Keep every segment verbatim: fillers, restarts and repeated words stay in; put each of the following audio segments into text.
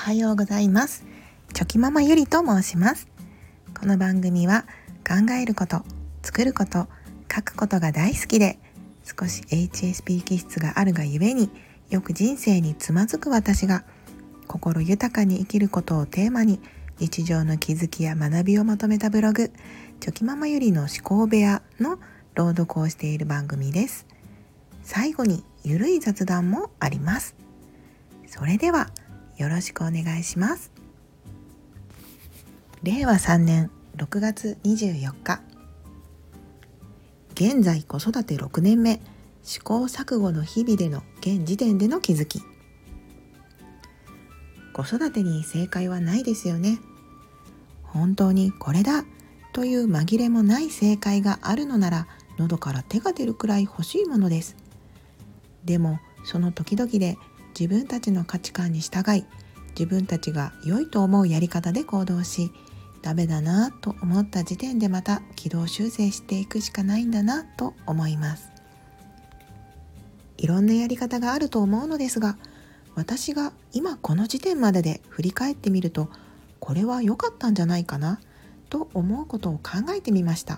はようございます。チョキママゆりと申します。この番組は考えること、作ること、書くことが大好きで、少し エイチエスピー 気質があるがゆえによく人生につまずく私が心豊かに生きることをテーマに日常の気づきや学びをまとめたブログ、チョキママゆりの思考部屋の朗読をしている番組です。最後にゆるい雑談もあります。それではよろしくお願いします。れいわさんねんろくがつにじゅうよっか、現在子育てろくねんめ、試行錯誤の日々での現時点での気づき。子育てに正解はないですよね。本当にこれだという紛れもない正解があるのなら、喉から手が出るくらい欲しいものです。でもその時々で自分たちの価値観に従い、自分たちが良いと思うやり方で行動し、ダメだなと思った時点でまた軌道修正していくしかないんだなと思います。いろんなやり方があると思うのですが、私が今この時点までで振り返ってみると、これは良かったんじゃないかなと思うことを考えてみました。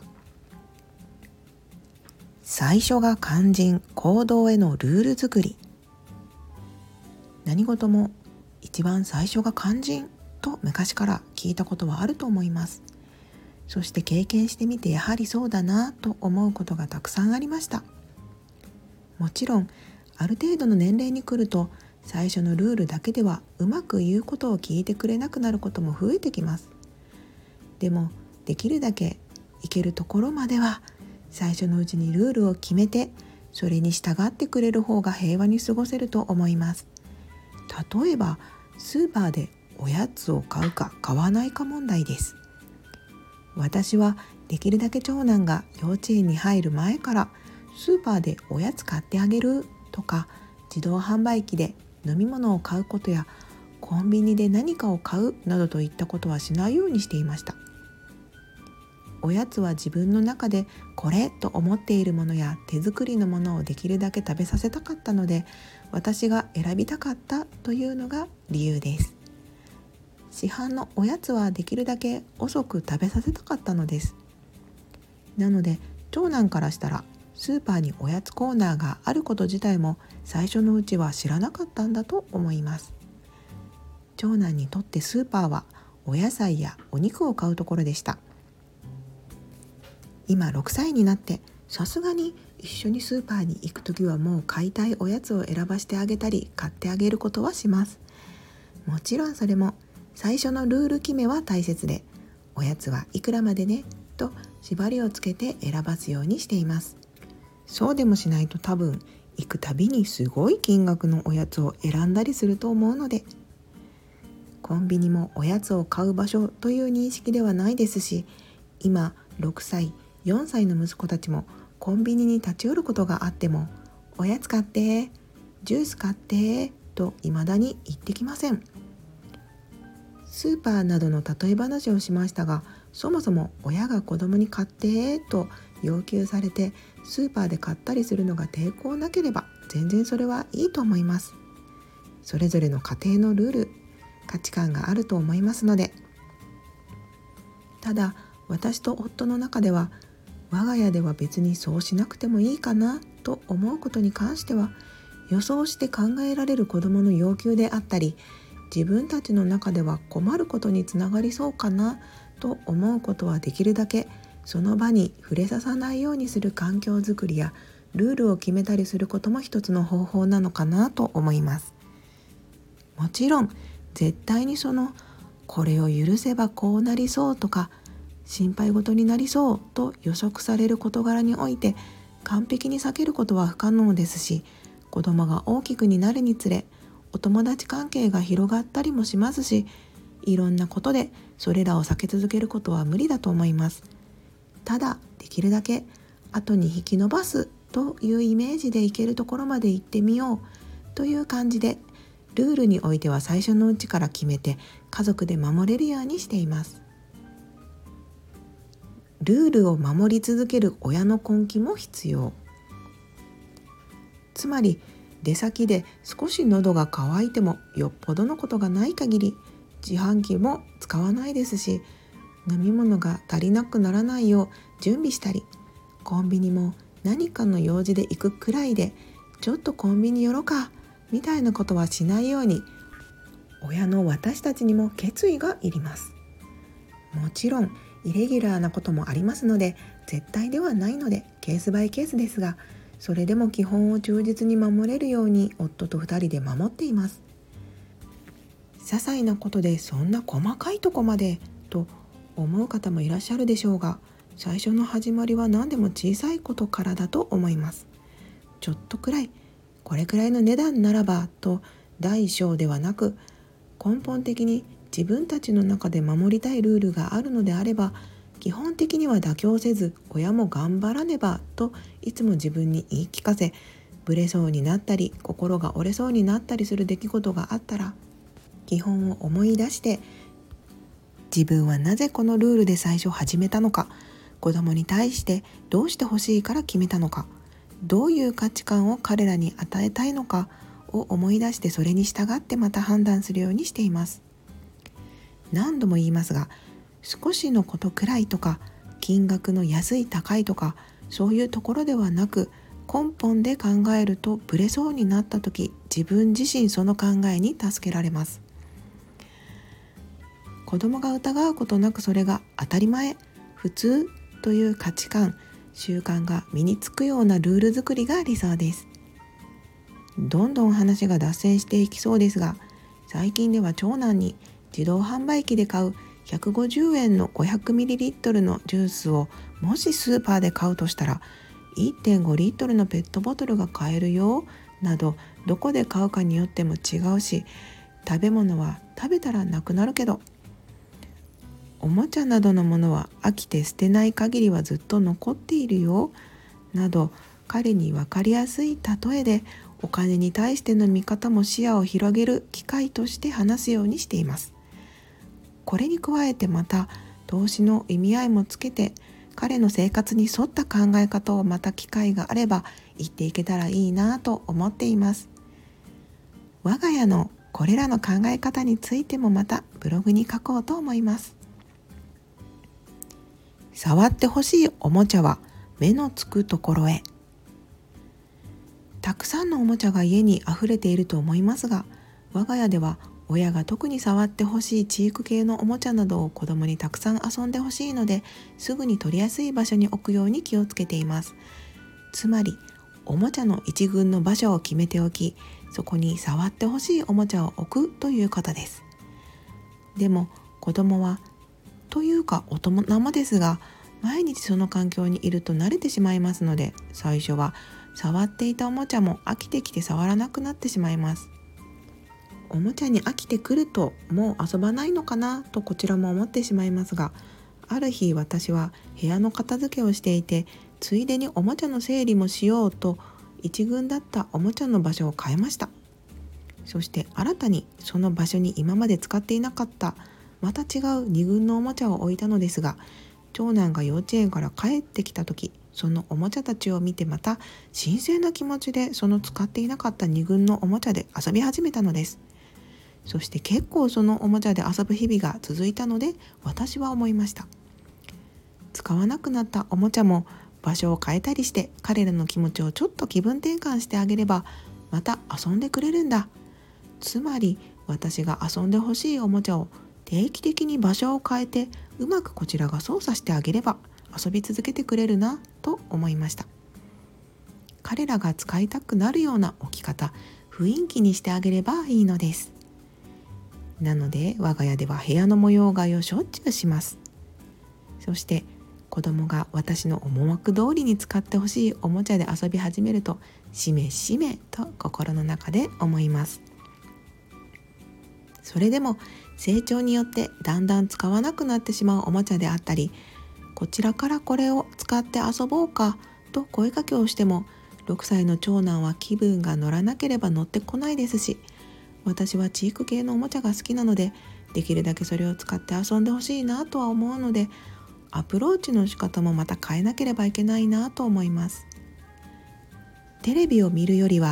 最初が肝心、行動へのルール作り。何事も一番最初が肝心と昔から聞いたことはあると思います。そして経験してみてやはりそうだなと思うことがたくさんありました。もちろんある程度の年齢に来ると、最初のルールだけではうまく言うことを聞いてくれなくなることも増えてきます。でもできるだけいけるところまでは最初のうちにルールを決めて、それに従ってくれる方が平和に過ごせると思います。例えばスーパーでおやつを買うか買わないか問題です。私はできるだけ長男が幼稚園に入る前からスーパーでおやつ買ってあげるとか、自動販売機で飲み物を買うことやコンビニで何かを買うなどといったことはしないようにしていました。おやつは自分の中でこれと思っているものや手作りのものをできるだけ食べさせたかったので、私が選びたかったというのが理由です。市販のおやつはできるだけ遅く食べさせたかったのです。なので長男からしたら、スーパーにおやつコーナーがあること自体も最初のうちは知らなかったんだと思います。長男にとってスーパーはお野菜やお肉を買うところでした。今ろくさいになって、さすがに一緒にスーパーに行くときはもう買いたいおやつを選ばせてあげたり買ってあげることはします。もちろんそれも最初のルール決めは大切で、おやつはいくらまでねと縛りをつけて選ばすようにしています。そうでもしないと多分行くたびにすごい金額のおやつを選んだりすると思うので、コンビニもおやつを買う場所という認識ではないですし、今ろくさいよんさいの息子たちもコンビニに立ち寄ることがあっても、おやつ買って、ジュース買ってと未だに言ってきません。スーパーなどの例え話をしましたが、そもそも親が子供に買ってと要求されてスーパーで買ったりするのが抵抗なければ、全然それはいいと思います。それぞれの家庭のルール、価値観があると思いますので。ただ私と夫の中では、我が家では別にそうしなくてもいいかなと思うことに関しては、予想して考えられる子どもの要求であったり、自分たちの中では困ることにつながりそうかなと思うことはできるだけその場に触れささないようにする環境づくりやルールを決めたりすることも一つの方法なのかなと思います。もちろん絶対にそのこれを許せばこうなりそうとか、心配事になりそうと予測される事柄において完璧に避けることは不可能ですし、子供が大きくになるにつれお友達関係が広がったりもしますし、いろんなことでそれらを避け続けることは無理だと思います。ただできるだけ後に引き伸ばすというイメージでいけるところまで行ってみようという感じで、ルールにおいては最初のうちから決めて家族で守れるようにしています。ルールを守り続ける親の根気も必要。つまり出先で少し喉が渇いてもよっぽどのことがない限り自販機も使わないですし、飲み物が足りなくならないよう準備したり、コンビニも何かの用事で行くくらいでちょっとコンビニ寄ろうかみたいなことはしないように、親の私たちにも決意がいります。もちろんイレギュラーなこともありますので絶対ではないのでケースバイケースですが、それでも基本を忠実に守れるように夫とふたりで守っています。些細なことでそんな細かいとこまでと思う方もいらっしゃるでしょうが、最初の始まりは何でも小さいことからだと思います。ちょっとくらい、これくらいの値段ならばと大小ではなく、根本的に自分たちの中で守りたいルールがあるのであれば、基本的には妥協せず親も頑張らねばといつも自分に言い聞かせ、ブレそうになったり心が折れそうになったりする出来事があったら、基本を思い出して自分はなぜこのルールで最初始めたのか、子供に対してどうしてほしいから決めたのか、どういう価値観を彼らに与えたいのかを思い出して、それに従ってまた判断するようにしています。何度も言いますが、少しのことくらいとか金額の安い高いとかそういうところではなく、根本で考えるとブレそうになった時、自分自身その考えに助けられます。子供が疑うことなくそれが当たり前、普通という価値観、習慣が身につくようなルール作りが理想です。どんどん話が脱線していきそうですが、最近では長男に自動販売機で買うひゃくごじゅうえんの ごひゃくミリリットル のジュースをもしスーパーで買うとしたら いってんごリットルのペットボトルが買えるよなど、どこで買うかによっても違うし、食べ物は食べたらなくなるけどおもちゃなどのものは飽きて捨てない限りはずっと残っているよなど、彼に分かりやすい例えでお金に対しての見方も視野を広げる機会として話すようにしています。これに加えてまた投資の意味合いもつけて、彼の生活に沿った考え方をまた機会があれば言っていけたらいいなと思っています。我が家のこれらの考え方についてもまたブログに書こうと思います。触ってほしいおもちゃは目のつくところへ。たくさんのおもちゃが家にあふれていると思いますが、我が家では親が特に触ってほしい知育系のおもちゃなどを子供にたくさん遊んでほしいので、すぐに取りやすい場所に置くように気をつけています。つまりおもちゃの一軍の場所を決めておき、そこに触ってほしいおもちゃを置くということです。でも子供はというか大人もですが、毎日その環境にいると慣れてしまいますので、最初は触っていたおもちゃも飽きてきて触らなくなってしまいます。おもちゃに飽きてくるともう遊ばないのかなとこちらも思ってしまいますが、ある日私は部屋の片付けをしていて、ついでにおもちゃの整理もしようと一軍だったおもちゃの場所を変えました。そして新たにその場所に今まで使っていなかったまた違う二軍のおもちゃを置いたのですが、長男が幼稚園から帰ってきた時、そのおもちゃたちを見てまた新鮮な気持ちでその使っていなかった二軍のおもちゃで遊び始めたのです。そして結構そのおもちゃで遊ぶ日々が続いたので、私は思いました。使わなくなったおもちゃも場所を変えたりして彼らの気持ちをちょっと気分転換してあげればまた遊んでくれるんだ。つまり私が遊んでほしいおもちゃを定期的に場所を変えてうまくこちらが操作してあげれば遊び続けてくれるなと思いました。彼らが使いたくなるような置き方、雰囲気にしてあげればいいのです。なので我が家では部屋の模様替えをしょっちゅうします。そして子供が私の思惑通りに使ってほしいおもちゃで遊び始めると、しめしめと心の中で思います。それでも成長によってだんだん使わなくなってしまうおもちゃであったり、こちらからこれを使って遊ぼうかと声かけをしても、ろくさいの長男は気分が乗らなければ乗ってこないですし、私は知育系のおもちゃが好きなので、できるだけそれを使って遊んでほしいなとは思うので、アプローチの仕方もまた変えなければいけないなと思います。テレビを見るよりは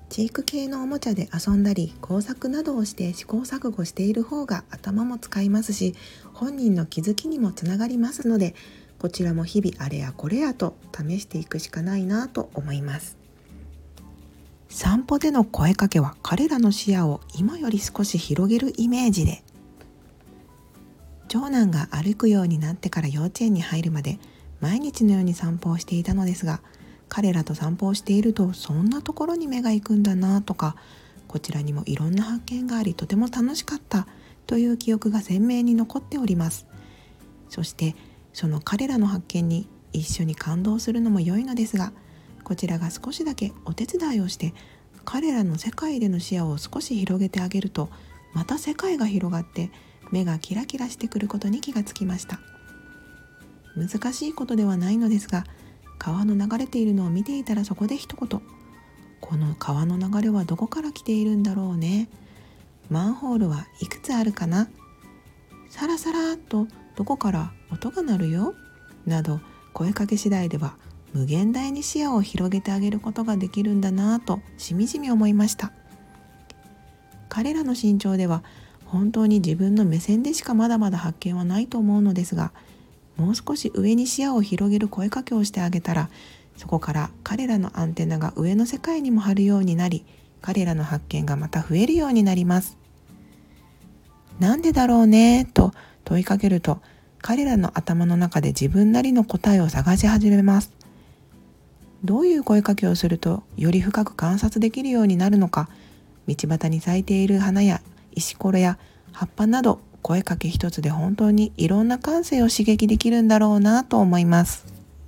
知育系のおもちゃで遊んだり工作などをして試行錯誤している方が頭も使いますし、本人の気づきにもつながりますので、こちらも日々あれやこれやと試していくしかないなと思います。散歩での声かけは彼らの視野を今より少し広げるイメージで、長男が歩くようになってから幼稚園に入るまで毎日のように散歩をしていたのですが、彼らと散歩をしているとそんなところに目が行くんだなとか、こちらにもいろんな発見がありとても楽しかったという記憶が鮮明に残っております。そしてその彼らの発見に一緒に感動するのも良いのですが、こちらが少しだけお手伝いをして彼らの世界での視野を少し広げてあげると、また世界が広がって目がキラキラしてくることに気がつきました。難しいことではないのですが、川の流れているのを見ていたらそこで一言、この川の流れはどこから来ているんだろうね、マンホールはいくつあるかな、サラサラっとどこから音が鳴るよなど、声かけ次第では無限大に視野を広げてあげることができるんだなぁとしみじみ思いました。彼らの身長では本当に自分の目線でしかまだまだ発見はないと思うのですが、もう少し上に視野を広げる声かけをしてあげたら、そこから彼らのアンテナが上の世界にも張るようになり、彼らの発見がまた増えるようになります。なんでだろうねと問いかけると、彼らの頭の中で自分なりの答えを探し始めます。どういう声かけをするとより深く観察できるようになるのか、道端に咲いている花や石ころや葉っぱなど、声かけ一つで本当にいろんな感性を刺激できるんだろうなと思います。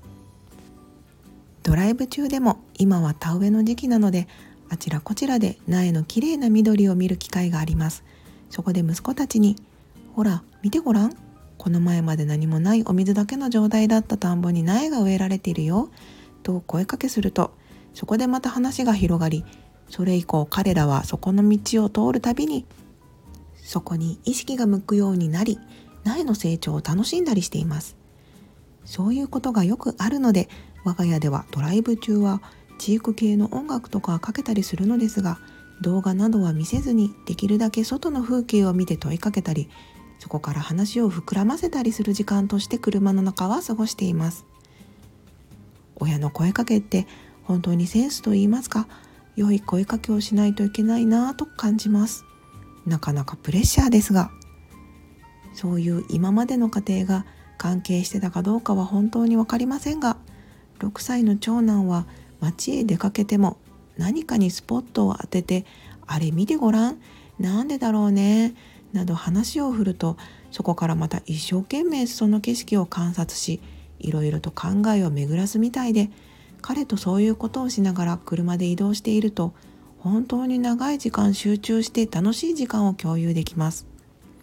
ドライブ中でも今は田植えの時期なので、あちらこちらで苗のきれいな緑を見る機会があります。そこで息子たちに、ほら見てごらん、この前まで何もないお水だけの状態だった田んぼに苗が植えられているよと声かけすると、そこでまた話が広がり、それ以降彼らはそこの道を通るたびにそこに意識が向くようになり、苗の成長を楽しんだりしています。そういうことがよくあるので、我が家ではドライブ中は知育系の音楽とかかけたりするのですが、動画などは見せずにできるだけ外の風景を見て問いかけたり、そこから話を膨らませたりする時間として車の中は過ごしています。親の声かけって本当にセンスと言いますか、良い声かけをしないといけないなぁと感じます。なかなかプレッシャーですが、そういう今までの過程が関係してたかどうかは本当に分かりませんが、ろくさいの長男は街へ出かけても何かにスポットを当てて、あれ見てごらん、なんでだろうねなど話を振ると、そこからまた一生懸命その景色を観察し、いろいろと考えを巡らすみたいで、彼とそういうことをしながら車で移動していると、本当に長い時間集中して楽しい時間を共有できます。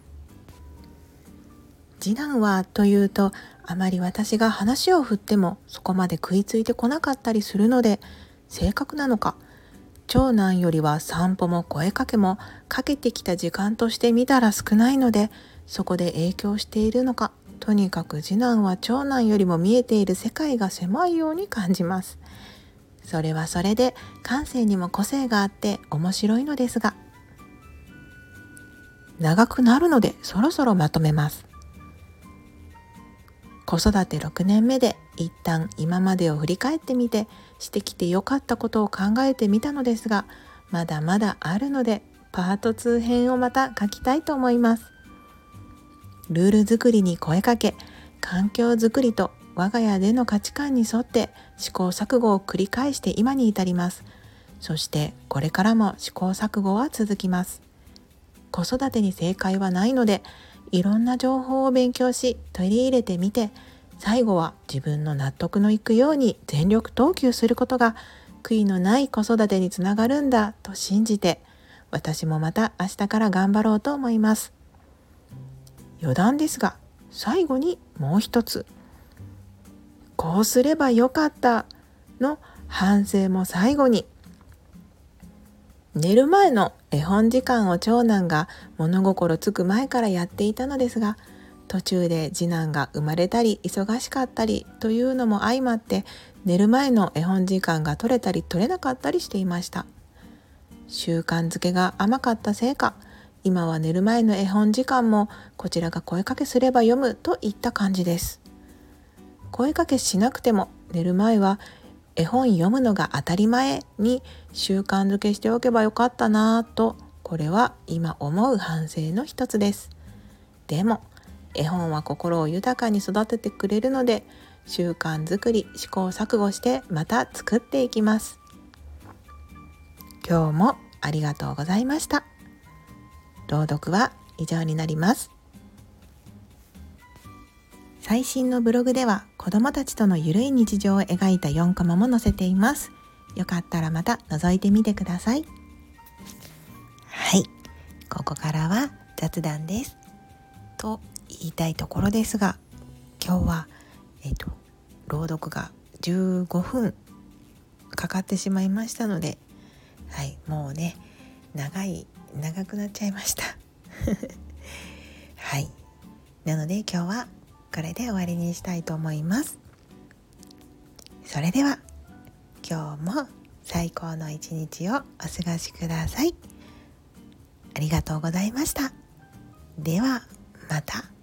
次男はというと、あまり私が話を振ってもそこまで食いついてこなかったりするので、性格なのか、長男よりは散歩も声かけもかけてきた時間として見たら少ないので、そこで影響しているのか、とにかく次男は長男よりも見えている世界が狭いように感じます。それはそれで感性にも個性があって面白いのですが、長くなるのでそろそろまとめます。子育てろくねんめで一旦今までを振り返ってみて、してきてよかったことを考えてみたのですが、まだまだあるのでパートツー編をまた書きたいと思います。ルール作りに声かけ、環境づくりと我が家での価値観に沿って試行錯誤を繰り返して今に至ります。そしてこれからも試行錯誤は続きます。子育てに正解はないので、いろんな情報を勉強し取り入れてみて、最後は自分の納得のいくように全力投球することが悔いのない子育てにつながるんだと信じて、私もまた明日から頑張ろうと思います。余談ですが、最後にもう一つ、こうすればよかったの反省も最後に。寝る前の絵本時間を長男が物心つく前からやっていたのですが、途中で次男が生まれたり忙しかったりというのも相まって、寝る前の絵本時間が取れたり取れなかったりしていました。 習慣づけが甘かったせいか、今は寝る前の絵本時間もこちらが声かけすれば読むといった感じです。声かけしなくても寝る前は絵本読むのが当たり前に習慣づけしておけばよかったなぁと、これは今思う反省の一つです。でも絵本は心を豊かに育ててくれるので、習慣づくり試行錯誤してまた作っていきます。今日もありがとうございました。朗読は以上になります。最新のブログでは子どもたちとのゆるい日常を描いたよんコマも載せています。よかったらまた覗いてみてください。はい、ここからは雑談ですと言いたいところですが、今日はえっと朗読がじゅうごふんかかってしまいましたので、はい、もうね長い長くなっちゃいましたはい、なので今日はこれで終わりにしたいと思います。それでは今日も最高の一日をお過ごしください。ありがとうございました。ではまた。